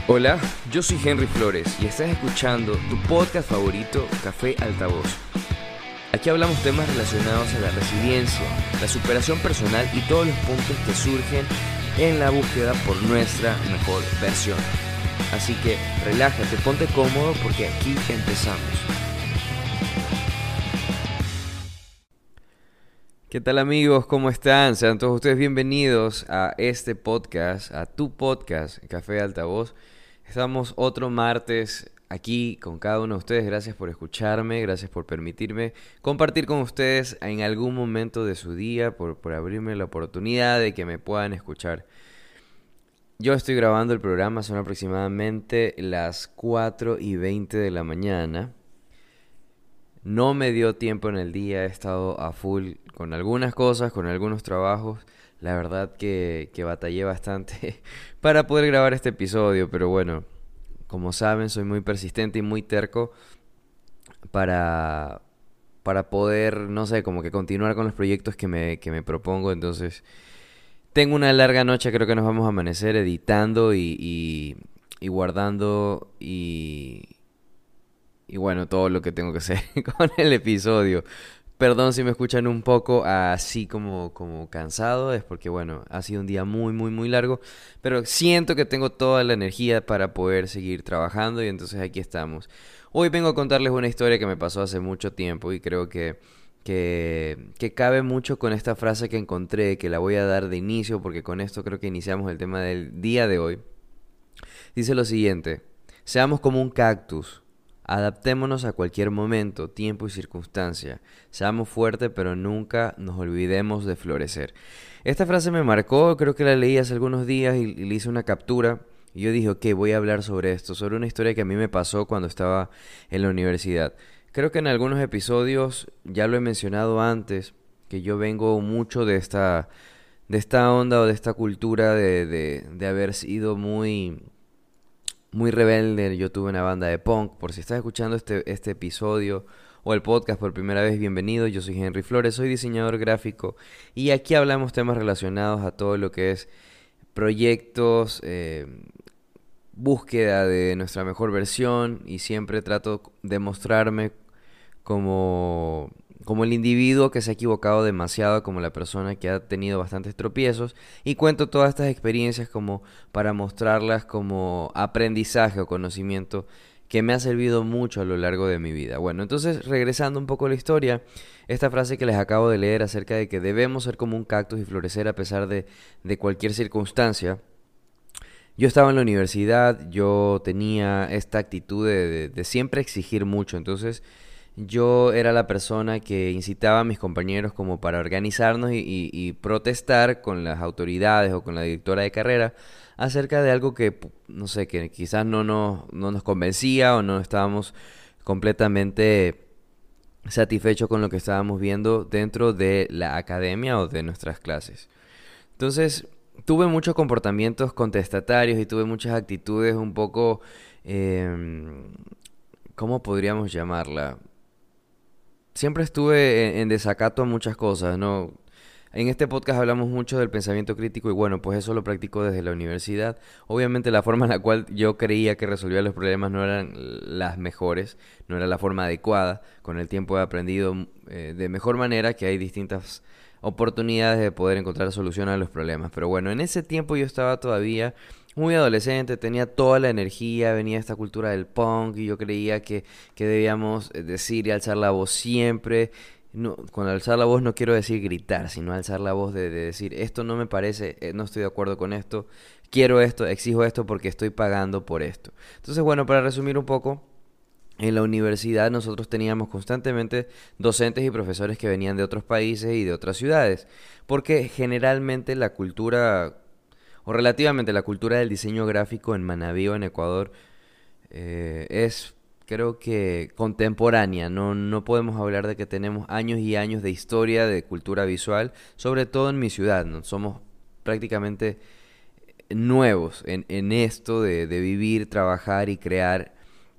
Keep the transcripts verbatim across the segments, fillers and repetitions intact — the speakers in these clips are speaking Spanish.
Hola, yo soy Henry Flores y estás escuchando tu podcast favorito, Café Altavoz. Aquí hablamos temas relacionados a la resiliencia, la superación personal y todos los puntos que surgen en la búsqueda por nuestra mejor versión. Así que relájate, ponte cómodo porque aquí empezamos. ¿Qué tal amigos? ¿Cómo están? Sean todos ustedes bienvenidos a este podcast, a tu podcast, Café Altavoz. Estamos otro martes aquí con cada uno de ustedes. Gracias por escucharme, gracias por permitirme compartir con ustedes en algún momento de su día, por, por abrirme la oportunidad de que me puedan escuchar. Yo estoy grabando el programa, son aproximadamente las cuatro y veinte de la mañana. No me dio tiempo en el día, he estado a full con algunas cosas, con algunos trabajos. La verdad que, que batallé bastante para poder grabar este episodio, pero bueno, como saben, soy muy persistente y muy terco para, para poder, no sé, como que continuar con los proyectos que me, que me propongo. Entonces, tengo una larga noche, creo que nos vamos a amanecer editando y, y, y guardando y... Y bueno, todo lo que tengo que hacer con el episodio. Perdón si me escuchan un poco así como, como cansado, es porque bueno, ha sido un día muy, muy, muy largo. Pero siento que tengo toda la energía para poder seguir trabajando y entonces aquí estamos. Hoy vengo a contarles una historia que me pasó hace mucho tiempo y creo que, que, que cabe mucho con esta frase que encontré, que la voy a dar de inicio porque con esto creo que iniciamos el tema del día de hoy. Dice lo siguiente: seamos como un cactus. Adaptémonos a cualquier momento, tiempo y circunstancia. Seamos fuertes, pero nunca nos olvidemos de florecer. Esta frase me marcó, creo que la leí hace algunos días y, y le hice una captura. Y yo dije, ok, voy a hablar sobre esto, sobre una historia que a mí me pasó cuando estaba en la universidad. Creo que en algunos episodios, ya lo he mencionado antes, que yo vengo mucho de esta, de esta onda o de esta cultura de, de, de haber sido muy... muy rebelde. Yo tuve una banda de punk. Por si estás escuchando este, este episodio o el podcast por primera vez, bienvenido. Yo soy Henry Flores, soy diseñador gráfico y aquí hablamos temas relacionados a todo lo que es proyectos, eh, búsqueda de nuestra mejor versión, y siempre trato de mostrarme como, como el individuo que se ha equivocado demasiado, como la persona que ha tenido bastantes tropiezos, y cuento todas estas experiencias como para mostrarlas como aprendizaje o conocimiento que me ha servido mucho a lo largo de mi vida. Bueno, entonces regresando un poco a la historia, esta frase que les acabo de leer acerca de que debemos ser como un cactus y florecer a pesar de, de cualquier circunstancia. Yo estaba en la universidad, yo tenía esta actitud de, de, de siempre exigir mucho. Entonces yo era la persona que incitaba a mis compañeros como para organizarnos y, y- y protestar con las autoridades o con la directora de carrera acerca de algo que, pu- no sé, que quizás no nos, no nos convencía o no estábamos completamente satisfechos con lo que estábamos viendo dentro de la academia o de nuestras clases. Entonces, tuve muchos comportamientos contestatarios y tuve muchas actitudes un poco, em, ¿cómo podríamos llamarla? Siempre estuve en, en desacato a muchas cosas, ¿no? En este podcast hablamos mucho del pensamiento crítico y bueno, pues eso lo practico desde la universidad. Obviamente la forma en la cual yo creía que resolvía los problemas no eran las mejores, no era la forma adecuada. Con el tiempo he aprendido eh, de mejor manera que hay distintas oportunidades de poder encontrar solución a los problemas. Pero bueno, en ese tiempo yo estaba todavía muy adolescente, tenía toda la energía, venía esta cultura del punk y yo creía que, que debíamos eh, decir y alzar la voz siempre. No, con alzar la voz no quiero decir gritar, sino alzar la voz de, de decir esto no me parece, eh, no estoy de acuerdo con esto, quiero esto, exijo esto porque estoy pagando por esto. Entonces, bueno, para resumir un poco, en la universidad nosotros teníamos constantemente docentes y profesores que venían de otros países y de otras ciudades, porque generalmente la cultura, o relativamente la cultura del diseño gráfico en Manabí o en Ecuador, eh, es creo que contemporánea. No, no podemos hablar de que tenemos años y años de historia de cultura visual, sobre todo en mi ciudad, ¿no? Somos prácticamente nuevos en, en esto de, de vivir, trabajar y crear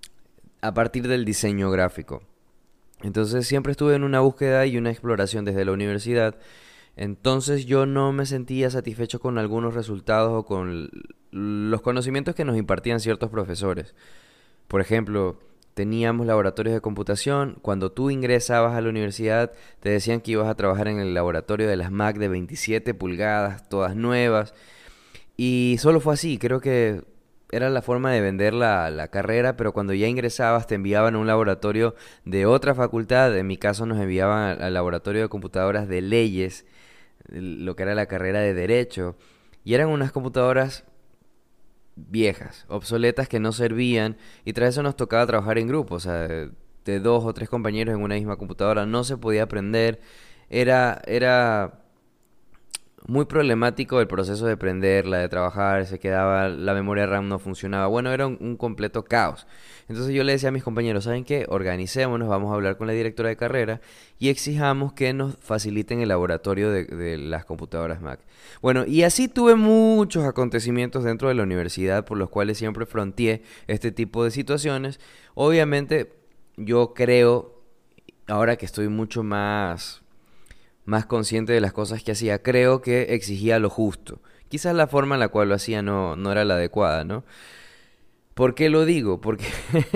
a partir del diseño gráfico. Entonces siempre estuve en una búsqueda y una exploración desde la universidad. Entonces yo no me sentía satisfecho con algunos resultados o con l- los conocimientos que nos impartían ciertos profesores. Por ejemplo, teníamos laboratorios de computación. Cuando tú ingresabas a la universidad, te decían que ibas a trabajar en el laboratorio de las Mac de veintisiete pulgadas, todas nuevas. Y solo fue así, creo que era la forma de vender la, la carrera, pero cuando ya ingresabas te enviaban a un laboratorio de otra facultad. En mi caso nos enviaban al, al laboratorio de computadoras de leyes, lo que era la carrera de derecho. Y eran unas computadoras viejas, obsoletas, que no servían, y tras eso nos tocaba trabajar en grupo, o sea, de, de dos o tres compañeros en una misma computadora, no se podía aprender, era, era muy problemático el proceso de prenderla, de trabajar, se quedaba, la memoria RAM no funcionaba, bueno, era un, un completo caos. Entonces yo le decía a mis compañeros, ¿saben qué? Organicémonos, vamos a hablar con la directora de carrera y exijamos que nos faciliten el laboratorio de, de las computadoras Mac. Bueno, y así tuve muchos acontecimientos dentro de la universidad por los cuales siempre fronteé este tipo de situaciones. Obviamente yo creo, ahora que estoy mucho más más consciente de las cosas que hacía, creo que exigía lo justo. Quizás la forma en la cual lo hacía no, no era la adecuada, ¿no? ¿Por qué lo digo? Porque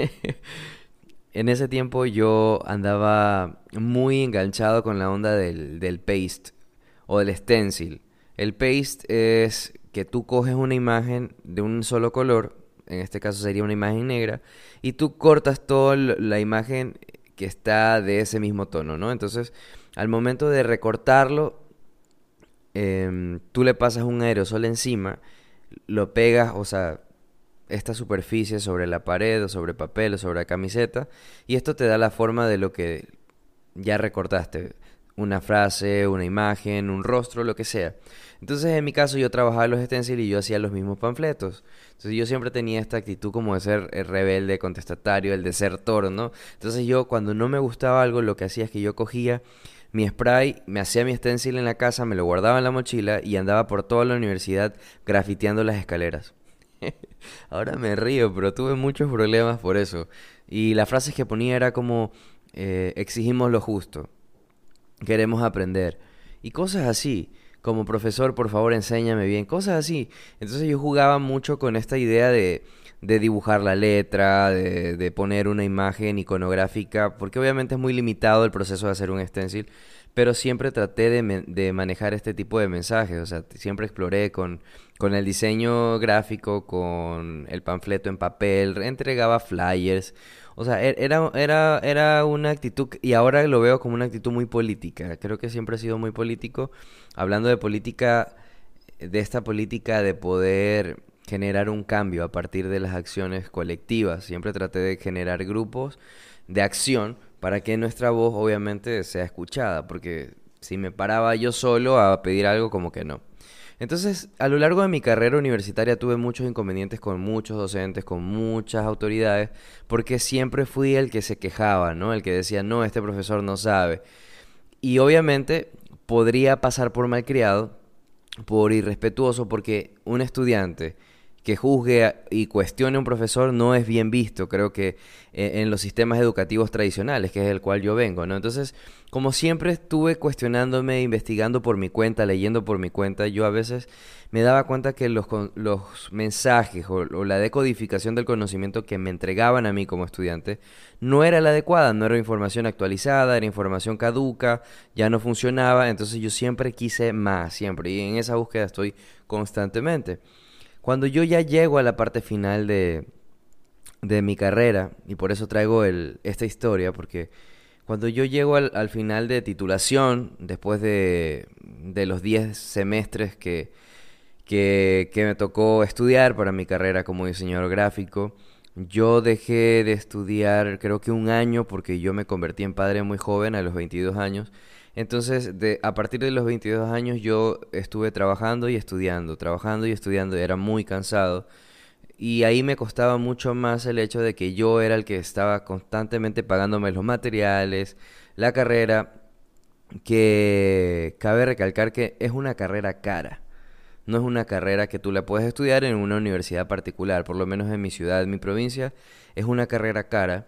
en ese tiempo yo andaba muy enganchado con la onda del, del paste o del stencil. El paste es que tú coges una imagen de un solo color, en este caso sería una imagen negra, y tú cortas toda la imagen que está de ese mismo tono, ¿no? Entonces, al momento de recortarlo, em, tú le pasas un aerosol encima, lo pegas, o sea, esta superficie sobre la pared o sobre papel o sobre la camiseta, y esto te da la forma de lo que ya recortaste, una frase, una imagen, un rostro, lo que sea. Entonces en mi caso yo trabajaba en los stencil y yo hacía los mismos panfletos. Entonces yo siempre tenía esta actitud como de ser el rebelde, contestatario, el desertor, ¿no? Entonces yo cuando no me gustaba algo lo que hacía es que yo cogía mi spray, me hacía mi stencil en la casa, me lo guardaba en la mochila y andaba por toda la universidad grafiteando las escaleras. Ahora me río, pero tuve muchos problemas por eso. Y las frases que ponía era como, eh, exigimos lo justo, queremos aprender. Y cosas así, como profesor, por favor, enséñame bien, cosas así. Entonces yo jugaba mucho con esta idea de, de dibujar la letra, de, de poner una imagen iconográfica, porque obviamente es muy limitado el proceso de hacer un stencil, pero siempre traté de, me- de manejar este tipo de mensajes, o sea, t- siempre exploré con, con el diseño gráfico, con el panfleto en papel, entregaba flyers, o sea, e- era, era, era una actitud, y ahora lo veo como una actitud muy política. Creo que siempre he sido muy político. Hablando de política, de esta política de poder generar un cambio a partir de las acciones colectivas. Siempre traté de generar grupos de acción para que nuestra voz obviamente sea escuchada, porque si me paraba yo solo a pedir algo, como que no. Entonces, a lo largo de mi carrera universitaria tuve muchos inconvenientes con muchos docentes, con muchas autoridades, porque siempre fui el que se quejaba, ¿no? El que decía, no, este profesor no sabe. Y obviamente podría pasar por malcriado, por irrespetuoso, porque un estudiante que juzgue a- y cuestione a un profesor no es bien visto, creo que eh, en los sistemas educativos tradicionales, que es el cual yo vengo, ¿no? Entonces, como siempre estuve cuestionándome, investigando por mi cuenta, leyendo por mi cuenta, yo a veces me daba cuenta que los, con- los mensajes o, o la decodificación del conocimiento que me entregaban a mí como estudiante no era la adecuada, no era información actualizada, era información caduca, ya no funcionaba, entonces yo siempre quise más, siempre, y en esa búsqueda estoy constantemente. Cuando yo ya llego a la parte final de, de mi carrera, y por eso traigo el, esta historia, porque cuando yo llego al, al final de titulación, después de, de los diez semestres que, que, que me tocó estudiar para mi carrera como diseñador gráfico, yo dejé de estudiar creo que un año porque yo me convertí en padre muy joven, a los veintidós años. Entonces, de, a partir de los veintidós años yo estuve trabajando y estudiando, trabajando y estudiando, era muy cansado. Y ahí me costaba mucho más el hecho de que yo era el que estaba constantemente pagándome los materiales, la carrera, que cabe recalcar que es una carrera cara. No es una carrera que tú la puedes estudiar en una universidad particular, por lo menos en mi ciudad, en mi provincia, es una carrera cara.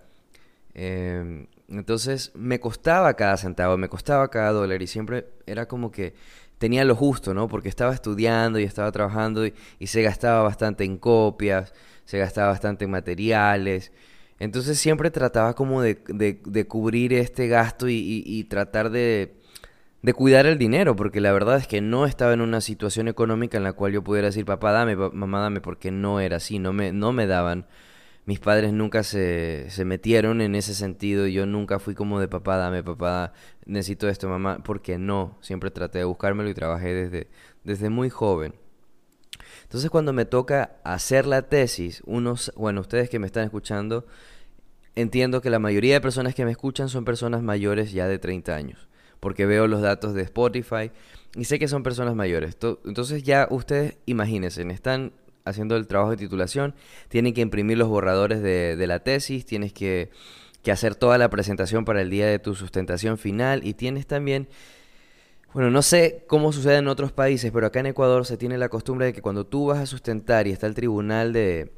Eh, entonces me costaba cada centavo, me costaba cada dólar y siempre era como que tenía lo justo, ¿no? Porque estaba estudiando y estaba trabajando y, y se gastaba bastante en copias, se gastaba bastante en materiales. Entonces siempre trataba como de, de- de cubrir este gasto y, y- y tratar de, de cuidar el dinero, porque la verdad es que no estaba en una situación económica en la cual yo pudiera decir, papá, dame, pa- mamá, dame, porque no era así, no me, no me daban. Mis padres nunca se, se metieron en ese sentido y yo nunca fui como de papá, dame, papá, necesito esto, mamá, porque no, siempre traté de buscármelo y trabajé desde, desde muy joven. Entonces cuando me toca hacer la tesis, unos, bueno, ustedes que me están escuchando, entiendo que la mayoría de personas que me escuchan son personas mayores ya de treinta años, porque veo los datos de Spotify y sé que son personas mayores. To- Entonces ya ustedes imagínense, están haciendo el trabajo de titulación, tienen que imprimir los borradores de, de la tesis, tienes que, que hacer toda la presentación para el día de tu sustentación final y tienes también, bueno, no sé cómo sucede en otros países, pero acá en Ecuador se tiene la costumbre de que cuando tú vas a sustentar y está el tribunal de,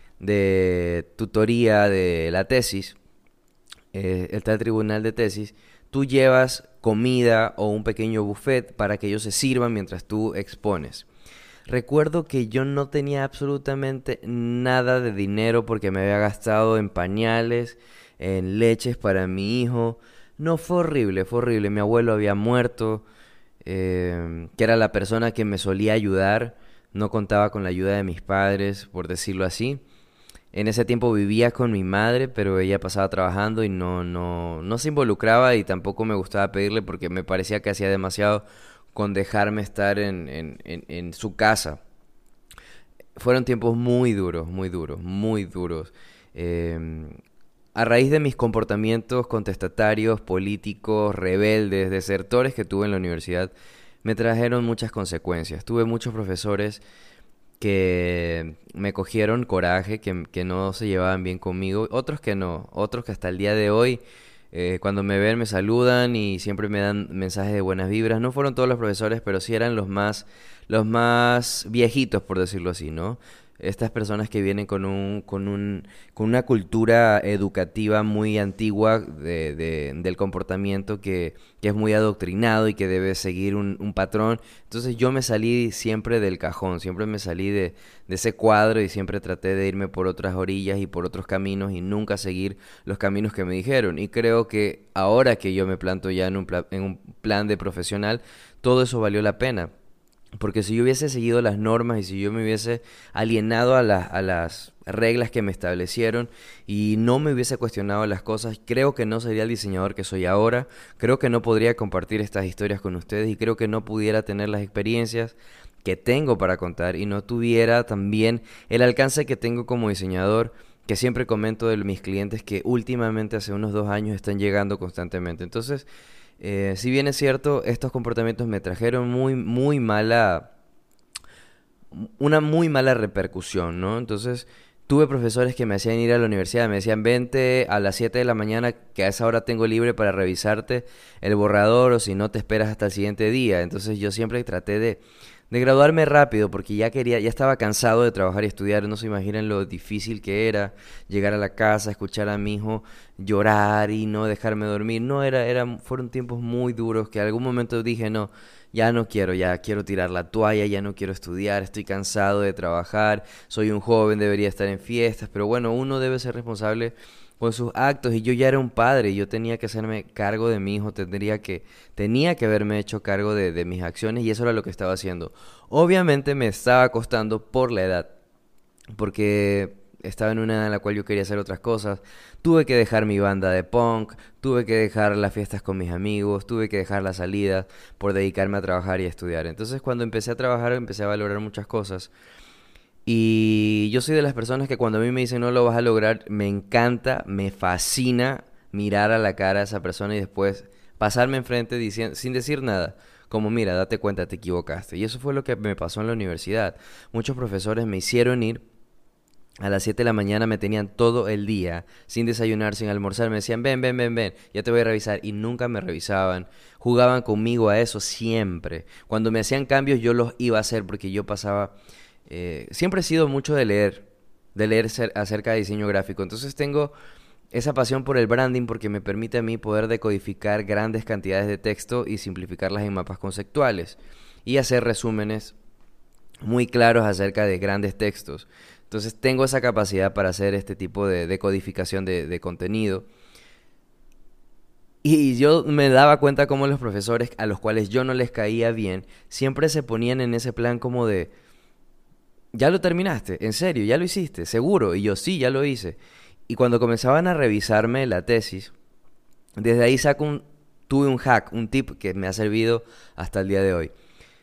de tutoría de la tesis, eh, está el tribunal de tesis, tú llevas comida o un pequeño buffet para que ellos se sirvan mientras tú expones. Recuerdo que yo no tenía absolutamente nada de dinero porque me había gastado en pañales, en leches para mi hijo. No, fue horrible, fue horrible. Mi abuelo había muerto, eh, que era la persona que me solía ayudar. No contaba con la ayuda de mis padres, por decirlo así. En ese tiempo vivía con mi madre, pero ella pasaba trabajando y no, no, no se involucraba y tampoco me gustaba pedirle porque me parecía que hacía demasiado con dejarme estar en, en, en, en su casa. Fueron tiempos muy duros, muy duros, muy duros. Eh, a raíz de mis comportamientos contestatarios, políticos, rebeldes, desertores que tuve en la universidad, me trajeron muchas consecuencias. Tuve muchos profesores que me cogieron coraje, que, que no se llevaban bien conmigo, otros que no, otros que hasta el día de hoy, eh, cuando me ven me saludan y siempre me dan mensajes de buenas vibras. No fueron todos los profesores, pero sí eran los más, los más viejitos, por decirlo así, ¿no? Estas personas que vienen con un, con un, con una cultura educativa muy antigua de, de- del comportamiento que, que es muy adoctrinado y que debe seguir un, un patrón. Entonces yo me salí siempre del cajón, siempre me salí de, de ese cuadro y siempre traté de irme por otras orillas y por otros caminos y nunca seguir los caminos que me dijeron. Y creo que ahora que yo me planto ya en un, pla- en un plan de profesional, todo eso valió la pena. Porque si yo hubiese seguido las normas y si yo me hubiese alienado a, la- a las reglas que me establecieron y no me hubiese cuestionado las cosas, creo que no sería el diseñador que soy ahora, creo que no podría compartir estas historias con ustedes y creo que no pudiera tener las experiencias que tengo para contar y no tuviera también el alcance que tengo como diseñador, que siempre comento de mis clientes que últimamente hace unos dos años están llegando constantemente. Entonces, eh, si bien es cierto, estos comportamientos me trajeron muy, muy mala, una muy mala repercusión, ¿no? Entonces, tuve profesores que me hacían ir a la universidad, me decían, vente a las siete de la mañana, que a esa hora tengo libre para revisarte el borrador, o si no te esperas hasta el siguiente día. Entonces, yo siempre traté de, de graduarme rápido, porque ya quería, ya estaba cansado de trabajar y estudiar. No se imaginan lo difícil que era llegar a la casa, escuchar a mi hijo llorar y no dejarme dormir. No, era, era, fueron tiempos muy duros que en algún momento dije, no, ya no quiero, ya quiero tirar la toalla, ya no quiero estudiar, estoy cansado de trabajar, soy un joven, debería estar en fiestas, pero bueno, uno debe ser responsable con sus actos y yo ya era un padre, yo tenía que hacerme cargo de mi hijo, tendría que, tenía que haberme hecho cargo de, de mis acciones y eso era lo que estaba haciendo. Obviamente me estaba costando por la edad, porque estaba en una edad en la cual yo quería hacer otras cosas. Tuve que dejar mi banda de punk, tuve que dejar las fiestas con mis amigos, tuve que dejar las salidas por dedicarme a trabajar y a estudiar. Entonces cuando empecé a trabajar empecé a valorar muchas cosas. Y yo soy de las personas que cuando a mí me dicen no lo vas a lograr, me encanta, me fascina mirar a la cara a esa persona y después pasarme enfrente diciendo, sin decir nada. Como, mira, date cuenta, te equivocaste. Y eso fue lo que me pasó en la universidad. Muchos profesores me hicieron ir a las siete de la mañana, me tenían todo el día, sin desayunar, sin almorzar, me decían, ven, ven, ven, ven, ya te voy a revisar, y nunca me revisaban, jugaban conmigo a eso siempre. Cuando me hacían cambios yo los iba a hacer porque yo pasaba, eh, siempre he sido mucho de leer, de leer cer- acerca de diseño gráfico, entonces tengo esa pasión por el branding porque me permite a mí poder decodificar grandes cantidades de texto y simplificarlas en mapas conceptuales. y hacer resúmenes muy claros acerca de grandes textos. Entonces tengo esa capacidad para hacer este tipo de, de codificación de, de contenido. Y yo me daba cuenta cómo los profesores a los cuales yo no les caía bien, siempre se ponían en ese plan como de, ¿ya lo terminaste? ¿En serio? ¿Ya lo hiciste? ¿Seguro? Y yo, sí, ya lo hice. Y cuando comenzaban a revisarme la tesis, desde ahí saco un, tuve un hack, un tip que me ha servido hasta el día de hoy.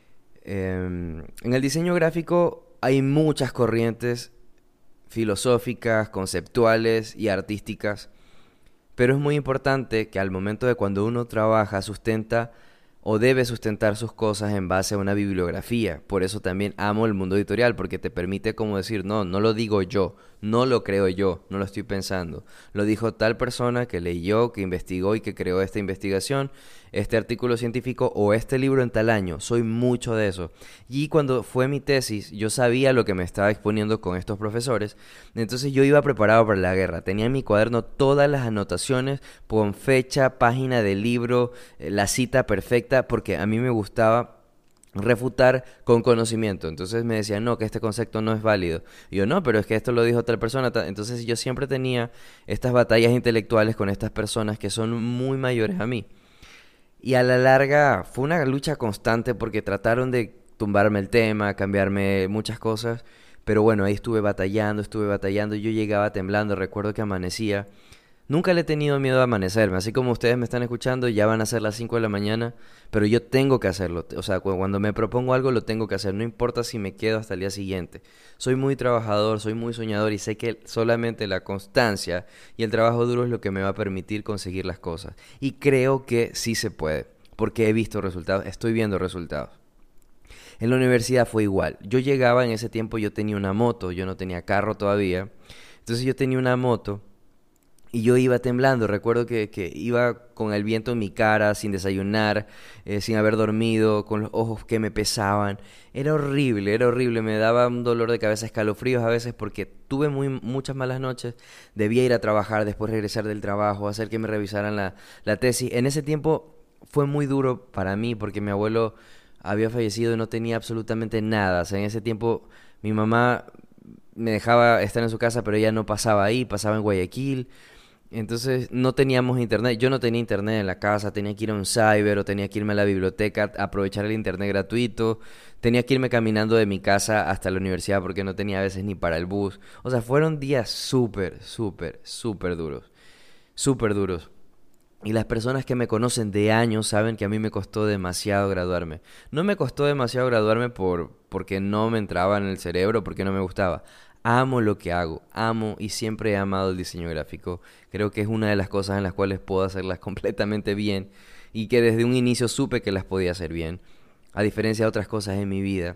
Eh, en el diseño gráfico hay muchas corrientes filosóficas, conceptuales y artísticas, pero es muy importante que al momento de cuando uno trabaja, sustenta o debe sustentar sus cosas en base a una bibliografía. Por eso también amo el mundo editorial, porque te permite como decir, no, no lo digo yo, no lo creo yo, no lo estoy pensando. Lo dijo tal persona que leyó, que investigó y que creó esta investigación, este artículo científico o este libro en tal año. Soy mucho de eso. Y cuando fue mi tesis, yo sabía lo que me estaba exponiendo con estos profesores, entonces yo iba preparado para la guerra. Tenía en mi cuaderno todas las anotaciones con fecha, página del libro, eh, la cita perfecta, porque a mí me gustaba refutar con conocimiento. Entonces me decían, no, que este concepto no es válido. Y yo, no, pero es que esto lo dijo tal persona. ta-". Entonces yo siempre tenía estas batallas intelectuales con estas personas que son muy mayores a mí. Y a la larga fue una lucha constante porque trataron de tumbarme el tema, cambiarme muchas cosas. Pero bueno, ahí estuve batallando, estuve batallando. Yo llegaba temblando, recuerdo que amanecía. Nunca le he tenido miedo a amanecerme, así como ustedes me están escuchando, ya van a ser las cinco de la mañana, pero yo tengo que hacerlo, o sea, cu- cuando me propongo algo lo tengo que hacer, no importa si me quedo hasta el día siguiente. Soy muy trabajador, soy muy soñador y sé que solamente la constancia y el trabajo duro es lo que me va a permitir conseguir las cosas. Y creo que sí se puede, porque he visto resultados, estoy viendo resultados. En la universidad fue igual, yo llegaba en ese tiempo, yo tenía una moto, yo no tenía carro todavía, entonces yo tenía una moto. Y yo iba temblando, recuerdo que, que iba con el viento en mi cara, sin desayunar, eh, sin haber dormido, con los ojos que me pesaban. Era horrible, era horrible, me daba un dolor de cabeza, escalofríos a veces porque tuve muy, muchas malas noches. Debía ir a trabajar, después regresar del trabajo, hacer que me revisaran la, la tesis. En ese tiempo fue muy duro para mí porque mi abuelo había fallecido y no tenía absolutamente nada. O sea, en ese tiempo mi mamá me dejaba estar en su casa, pero ella no pasaba ahí, pasaba en Guayaquil. Entonces no teníamos internet, yo no tenía internet en la casa, tenía que ir a un cyber o tenía que irme a la biblioteca, a aprovechar el internet gratuito, tenía que irme caminando de mi casa hasta la universidad porque no tenía a veces ni para el bus. O sea, fueron días súper, súper, súper duros, súper duros. Y las personas que me conocen de años saben que a mí me costó demasiado graduarme. No me costó demasiado graduarme por porque no me entraba en el cerebro, porque no me gustaba. Amo lo que hago, amo y siempre he amado el diseño gráfico. Creo que es una de las cosas en las cuales puedo hacerlas completamente bien y que desde un inicio supe que las podía hacer bien, a diferencia de otras cosas en mi vida.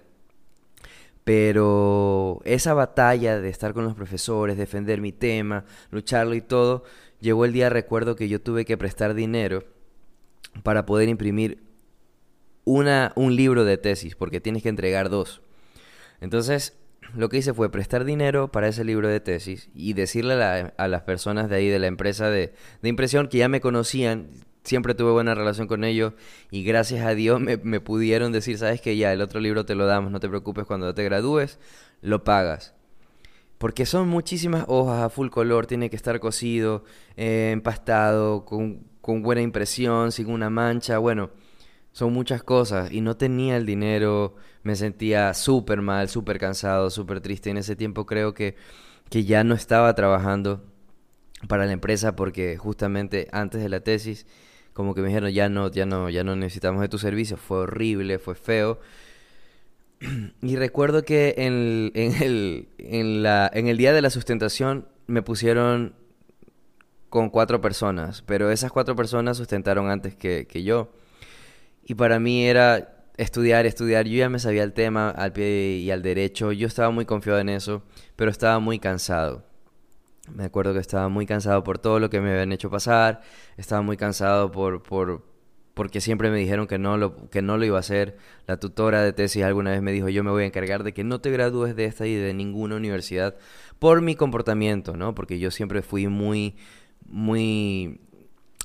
Pero esa batalla de estar con los profesores, defender mi tema, lucharlo y todo, llegó el día, recuerdo que yo tuve que prestar dinero para poder imprimir una, un libro de tesis, porque tienes que entregar dos. Entonces, lo que hice fue prestar dinero para ese libro de tesis y decirle a, la- a las personas de ahí, de la empresa de, de impresión, que ya me conocían, siempre tuve buena relación con ellos y gracias a Dios me, me pudieron decir, sabes que ya el otro libro te lo damos, no te preocupes, cuando te gradúes, lo pagas. Porque son muchísimas hojas a full color, tiene que estar cocido, eh, empastado, con, con buena impresión, sin una mancha, bueno, son muchas cosas y no tenía el dinero, me sentía súper mal, súper cansado, súper triste. En ese tiempo creo que, que ya no estaba trabajando para la empresa porque justamente antes de la tesis como que me dijeron ya no, ya no, ya no necesitamos de tu servicio. Fue horrible, fue feo. Y recuerdo que en, en el, en la, en el día de la sustentación me pusieron con cuatro personas, pero esas cuatro personas sustentaron antes que, que yo. Y para mí era estudiar, estudiar. Yo ya me sabía el tema al pie y al derecho. Yo estaba muy confiado en eso, pero estaba muy cansado. Me acuerdo que estaba muy cansado por todo lo que me habían hecho pasar. Estaba muy cansado por, por, porque siempre me dijeron que no lo, que no lo iba a hacer. La tutora de tesis alguna vez me dijo, yo me voy a encargar de que no te gradúes de esta y de ninguna universidad por mi comportamiento, ¿no? Porque yo siempre fui muy, muy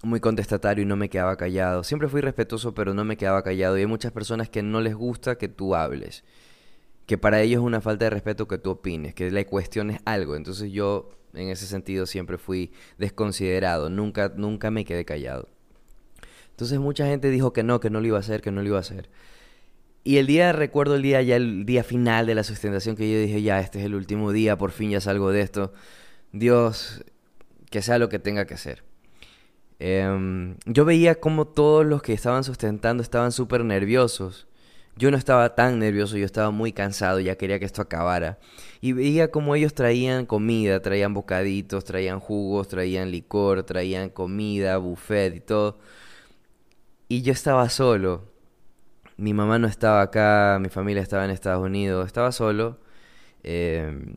muy contestatario y no me quedaba callado. Siempre fui respetuoso, pero no me quedaba callado. Y hay muchas personas que no les gusta que tú hables, que para ellos es una falta de respeto que tú opines, que le cuestiones algo. Entonces yo, en ese sentido, siempre fui desconsiderado, nunca, nunca me quedé callado. Entonces mucha gente dijo que no, que no lo iba a hacer, que no lo iba a hacer. Y el día, recuerdo el día, ya el día final de la sustentación, que yo dije, ya, este es el último día, por fin ya salgo de esto. Dios, que sea lo que tenga que hacer. Em, yo veía como todos los que estaban sustentando estaban súper nerviosos. Yo no estaba tan nervioso, yo estaba muy cansado, ya quería que esto acabara. Y veía como ellos traían comida, traían bocaditos, traían jugos, traían licor, traían comida, buffet y todo. Y yo estaba solo. Mi mamá no estaba acá, mi familia estaba en Estados Unidos, estaba solo. em,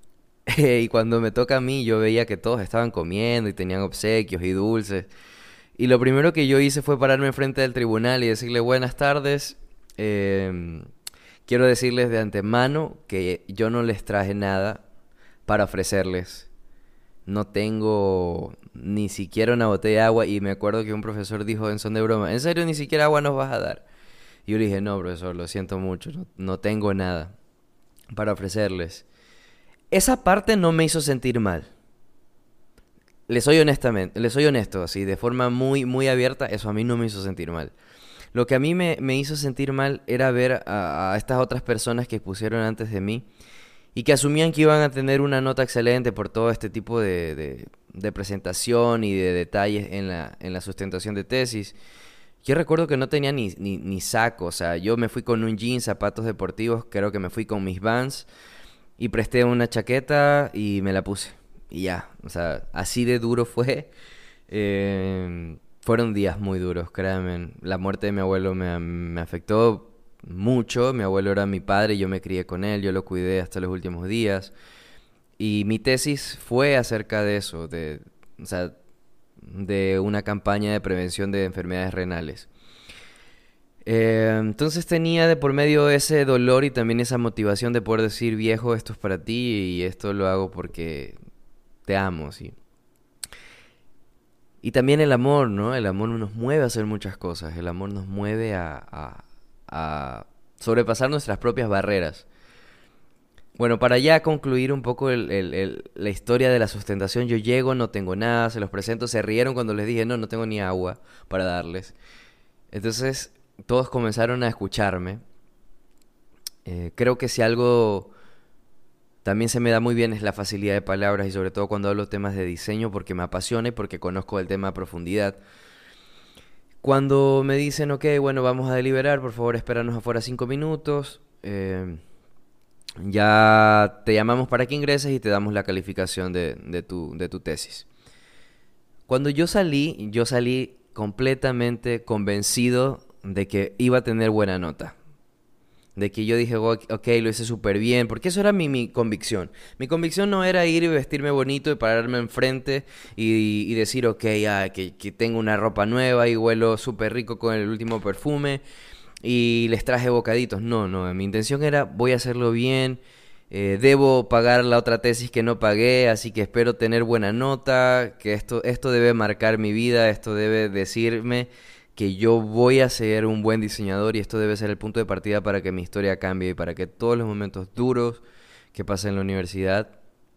y cuando me toca a mí, yo veía que todos estaban comiendo y tenían obsequios y dulces. Y lo primero que yo hice fue pararme enfrente del tribunal y decirle buenas tardes. em, Quiero decirles de antemano que yo no les traje nada para ofrecerles. No tengo ni siquiera una botella de agua y me acuerdo que un profesor dijo en son de broma, ¿en serio ni siquiera agua nos vas a dar? Y yo le dije, no, profesor, lo siento mucho, no, no tengo nada para ofrecerles. Esa parte no me hizo sentir mal. Les soy honestamente, les soy honesto, así, de forma muy, muy abierta, eso a mí no me hizo sentir mal. Lo que a mí me, me hizo sentir mal era ver a, a estas otras personas que pusieron antes de mí y que asumían que iban a tener una nota excelente por todo este tipo de, de- de presentación y de detalles en la, en la sustentación de tesis. Yo recuerdo que no tenía ni, ni, ni saco, o sea, yo me fui con un jean, zapatos deportivos, creo que me fui con mis Vans y presté una chaqueta y me la puse. Y ya, o sea, así de duro fue. Eh, Fueron días muy duros, créanme. La muerte de mi abuelo me, me afectó mucho. Mi abuelo era mi padre, yo me crié con él, yo lo cuidé hasta los últimos días. Y mi tesis fue acerca de eso, de, o sea, de una campaña de prevención de enfermedades renales. Eh, entonces tenía de por medio ese dolor y también esa motivación de poder decir, viejo, esto es para ti y esto lo hago porque te amo, sí. Y también el amor, ¿no? El amor nos mueve a hacer muchas cosas. El amor nos mueve a, a- a sobrepasar nuestras propias barreras. Bueno, para ya concluir un poco el- el- el- la historia de la sustentación, yo llego, no tengo nada, se los presento, se rieron cuando les dije, no, no tengo ni agua para darles. Entonces, todos comenzaron a escucharme. Eh, creo que si algo también se me da muy bien es la facilidad de palabras y sobre todo cuando hablo temas de diseño porque me apasiona y porque conozco el tema a profundidad. Cuando me dicen, ok, bueno, vamos a deliberar, por favor, espéranos afuera cinco minutos. eh, ya te llamamos para que ingreses y te damos la calificación de, de tu, de tu tesis. Cuando yo salí, yo salí completamente convencido de que iba a tener buena nota. De que yo dije, "Ok, ok, lo hice súper bien", porque eso era mi, mi convicción. Mi convicción no era ir y vestirme bonito y pararme enfrente y, y decir, ok, ah, que, que tengo una ropa nueva y huelo súper rico con el último perfume y les traje bocaditos. No, no, mi intención era, voy a hacerlo bien, eh, debo pagar la otra tesis que no pagué, así que espero tener buena nota, que esto, esto debe marcar mi vida, esto debe decirme que yo voy a ser un buen diseñador y esto debe ser el punto de partida para que mi historia cambie y para que todos los momentos duros que pasen en la universidad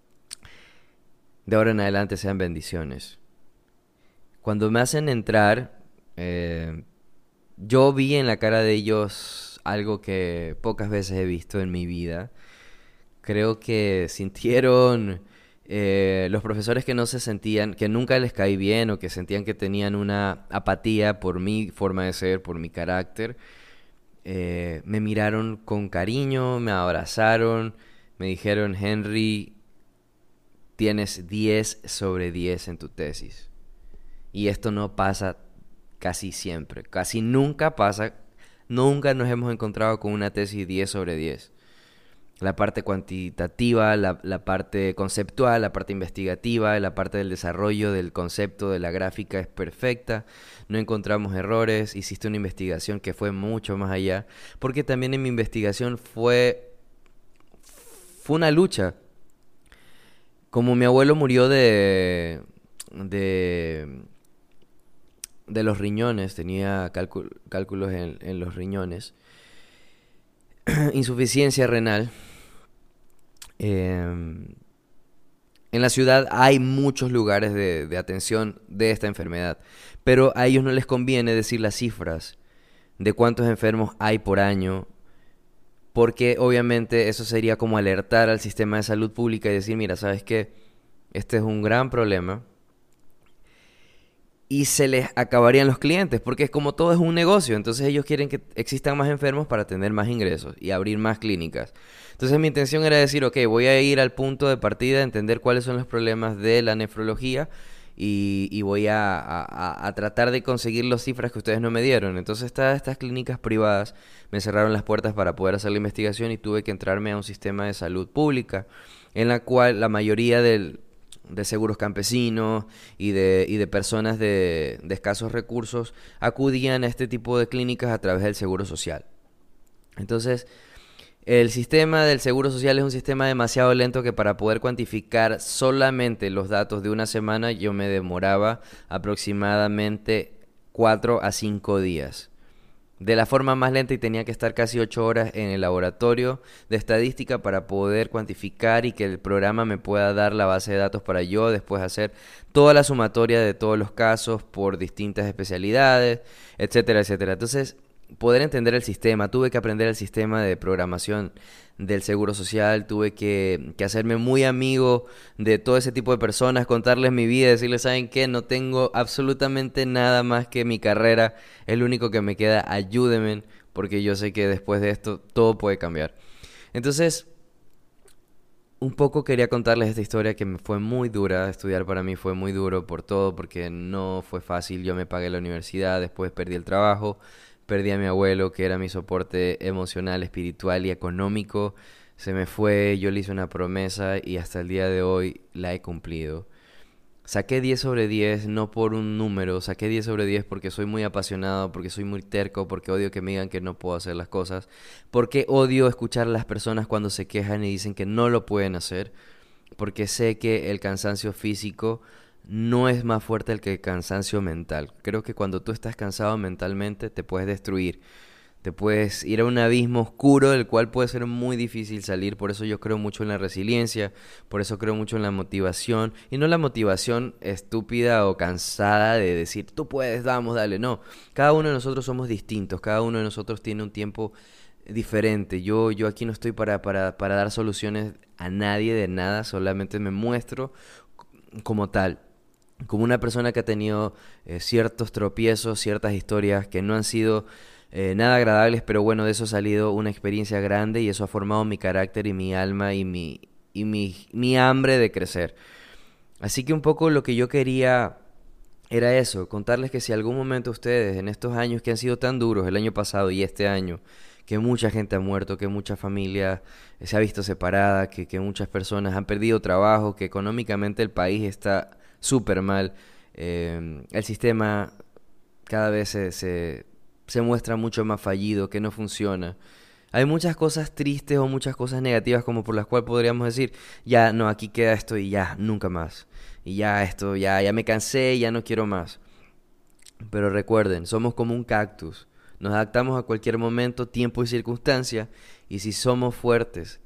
de ahora en adelante sean bendiciones. Cuando me hacen entrar, eh, yo vi en la cara de ellos algo que pocas veces he visto en mi vida. Creo que sintieron eh, los profesores que no se sentían, que nunca les caí bien o que sentían que tenían una apatía por mi forma de ser, por mi carácter. Eh, me miraron con cariño, me abrazaron, me dijeron, Henry, tienes diez sobre diez en tu tesis. Y esto no pasa casi siempre, casi nunca pasa, nunca nos hemos encontrado con una tesis diez sobre diez. La parte cuantitativa, la, la parte conceptual, la parte investigativa, la parte del desarrollo del concepto de la gráfica es perfecta. No encontramos errores. Hiciste una investigación que fue mucho más allá. Porque también en mi investigación fue, fue una lucha. Como mi abuelo murió de, de, de los riñones, tenía cálcu- cálculos en, en los riñones, insuficiencia renal. Eh, en la ciudad hay muchos lugares de, de atención de esta enfermedad, pero a ellos no les conviene decir las cifras de cuántos enfermos hay por año, porque obviamente eso sería como alertar al sistema de salud pública y decir, mira, ¿sabes qué? Este es un gran problema y se les acabarían los clientes, porque es como todo es un negocio, entonces ellos quieren que existan más enfermos para tener más ingresos y abrir más clínicas. Entonces mi intención era decir, ok, voy a ir al punto de partida, entender cuáles son los problemas de la nefrología y, y voy a, a- a tratar de conseguir las cifras que ustedes no me dieron. Entonces estas, estas clínicas privadas me cerraron las puertas para poder hacer la investigación y tuve que entrarme a un sistema de salud pública en la cual la mayoría del de seguros campesinos y de, y de personas de, de escasos recursos acudían a este tipo de clínicas a través del seguro social. Entonces, el sistema del seguro social es un sistema demasiado lento que para poder cuantificar solamente los datos de una semana yo me demoraba aproximadamente cuatro a cinco días. De la forma más lenta y tenía que estar casi ocho horas en el laboratorio de estadística para poder cuantificar y que el programa me pueda dar la base de datos para yo después hacer toda la sumatoria de todos los casos por distintas especialidades, etcétera, etcétera. Entonces, poder entender el sistema, tuve que aprender el sistema de programación del Seguro Social, tuve que, que hacerme muy amigo de todo ese tipo de personas, contarles mi vida, decirles, ¿saben qué? No tengo absolutamente nada más que mi carrera, es lo único que me queda, ayúdenme, porque yo sé que después de esto todo puede cambiar. Entonces, un poco quería contarles esta historia que me fue muy dura, estudiar para mí fue muy duro por todo, porque no fue fácil, yo me pagué la universidad, después perdí el trabajo, perdí a mi abuelo, que era mi soporte emocional, espiritual y económico, se me fue, yo le hice una promesa y hasta el día de hoy la he cumplido. Saqué diez sobre diez no por un número, saqué diez sobre diez porque soy muy apasionado, porque soy muy terco, porque odio que me digan que no puedo hacer las cosas, porque odio escuchar a las personas cuando se quejan y dicen que no lo pueden hacer, porque sé que el cansancio físico no es más fuerte el que el cansancio mental. Creo que cuando tú estás cansado mentalmente te puedes destruir. Te puedes ir a un abismo oscuro del cual puede ser muy difícil salir. Por eso yo creo mucho en la resiliencia, por eso creo mucho en la motivación. Y no la motivación estúpida o cansada de decir, tú puedes, vamos, dale. No, cada uno de nosotros somos distintos, cada uno de nosotros tiene un tiempo diferente. Yo, yo aquí no estoy para, para, para dar soluciones a nadie de nada, solamente me muestro como tal, como una persona que ha tenido eh, ciertos tropiezos, ciertas historias que no han sido eh, nada agradables, pero bueno, de eso ha salido una experiencia grande y eso ha formado mi carácter y mi alma y mi, y mi, mi hambre de crecer. Así que un poco lo que yo quería era eso, contarles que si algún momento ustedes en estos años que han sido tan duros, el año pasado y este año, que mucha gente ha muerto, que mucha familia se ha visto separada, que, que muchas personas han perdido trabajo, que económicamente el país está súper mal, eh, el sistema cada vez se, se, se muestra mucho más fallido, que no funciona. Hay muchas cosas tristes o muchas cosas negativas como por las cuales podríamos decir, ya no, aquí queda esto y ya, nunca más. Y ya esto, ya, ya me cansé, ya no quiero más. Pero recuerden, somos como un cactus. Nos adaptamos a cualquier momento, tiempo y circunstancia. Y si somos fuertes,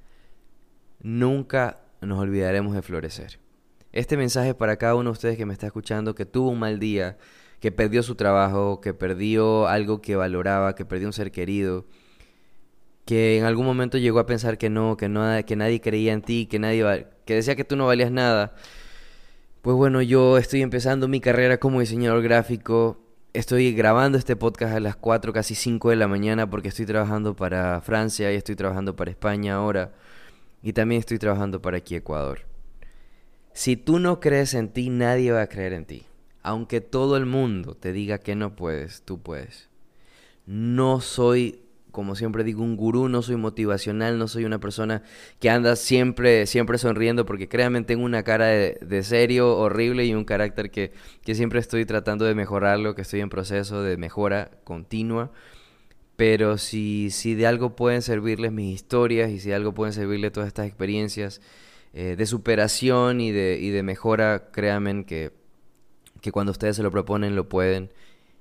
nunca nos olvidaremos de florecer. Este mensaje es para cada uno de ustedes que me está escuchando, que tuvo un mal día, que perdió su trabajo, que perdió algo que valoraba, que perdió un ser querido, que en algún momento llegó a pensar que no, que no, que nadie creía en ti, que nadie va- que decía que tú no valías nada. Pues bueno, yo estoy empezando mi carrera como diseñador gráfico. Estoy grabando este podcast a las cuatro, casi cinco de la mañana porque estoy trabajando para Francia y estoy trabajando para España ahora. Y también estoy trabajando para aquí Ecuador. Si tú no crees en ti, nadie va a creer en ti. Aunque todo el mundo te diga que no puedes, tú puedes. No soy, como siempre digo, un gurú, no soy motivacional, no soy una persona que anda siempre, siempre sonriendo, porque créanme, tengo una cara de, de serio, horrible y un carácter que, que siempre estoy tratando de mejorarlo, que estoy en proceso de mejora continua. Pero si, si de algo pueden servirles mis historias y si de algo pueden servirles todas estas experiencias eh, de superación y de, y de mejora, créanme que, que cuando ustedes se lo proponen lo pueden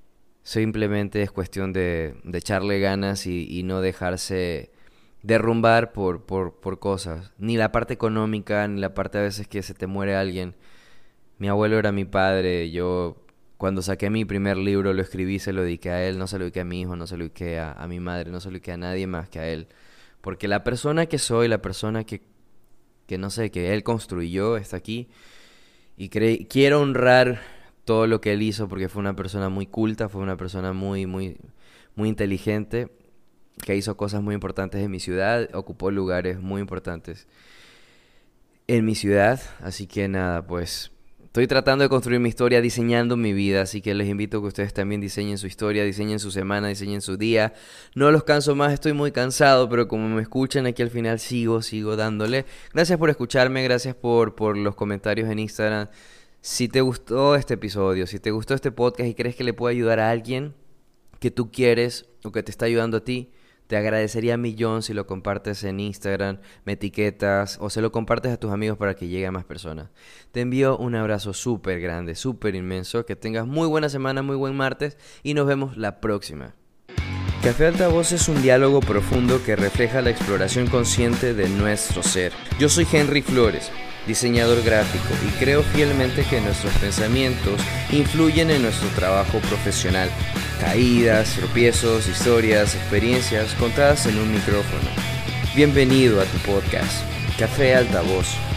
Simplemente es cuestión de, de echarle ganas y, y no dejarse derrumbar por, por, por cosas. Ni la parte económica, ni la parte a veces que se te muere alguien. Mi abuelo era mi padre. Yo cuando saqué mi primer libro lo escribí, se lo dediqué a él. No se lo dediqué a mi hijo, no se lo dediqué a, a mi madre, no se lo dediqué a nadie más que a él. Porque la persona que soy, la persona que, que no sé, que él construyó, está aquí. Y cre- quiero honrar todo lo que él hizo porque fue una persona muy culta, fue una persona muy, muy, muy inteligente, que hizo cosas muy importantes en mi ciudad, ocupó lugares muy importantes en mi ciudad. Así que nada, pues estoy tratando de construir mi historia, diseñando mi vida, así que les invito a que ustedes también diseñen su historia, diseñen su semana, diseñen su día. No los canso más, estoy muy cansado, pero como me escuchan aquí al final sigo, sigo dándole. Gracias por escucharme, gracias por, por los comentarios en Instagram. Si te gustó este episodio, si te gustó este podcast y crees que le puede ayudar a alguien que tú quieres o que te está ayudando a ti, te agradecería millón si lo compartes en Instagram, me etiquetas o se lo compartes a tus amigos para que llegue a más personas. Te envío un abrazo súper grande, súper inmenso, que tengas muy buena semana, muy buen martes y nos vemos la próxima. Café Altavoz es un diálogo profundo que refleja la exploración consciente de nuestro ser. Yo soy Henry Flores, diseñador gráfico, y creo fielmente que nuestros pensamientos influyen en nuestro trabajo profesional. Caídas, tropiezos, historias, experiencias contadas en un micrófono. Bienvenido a tu podcast, Café Altavoz.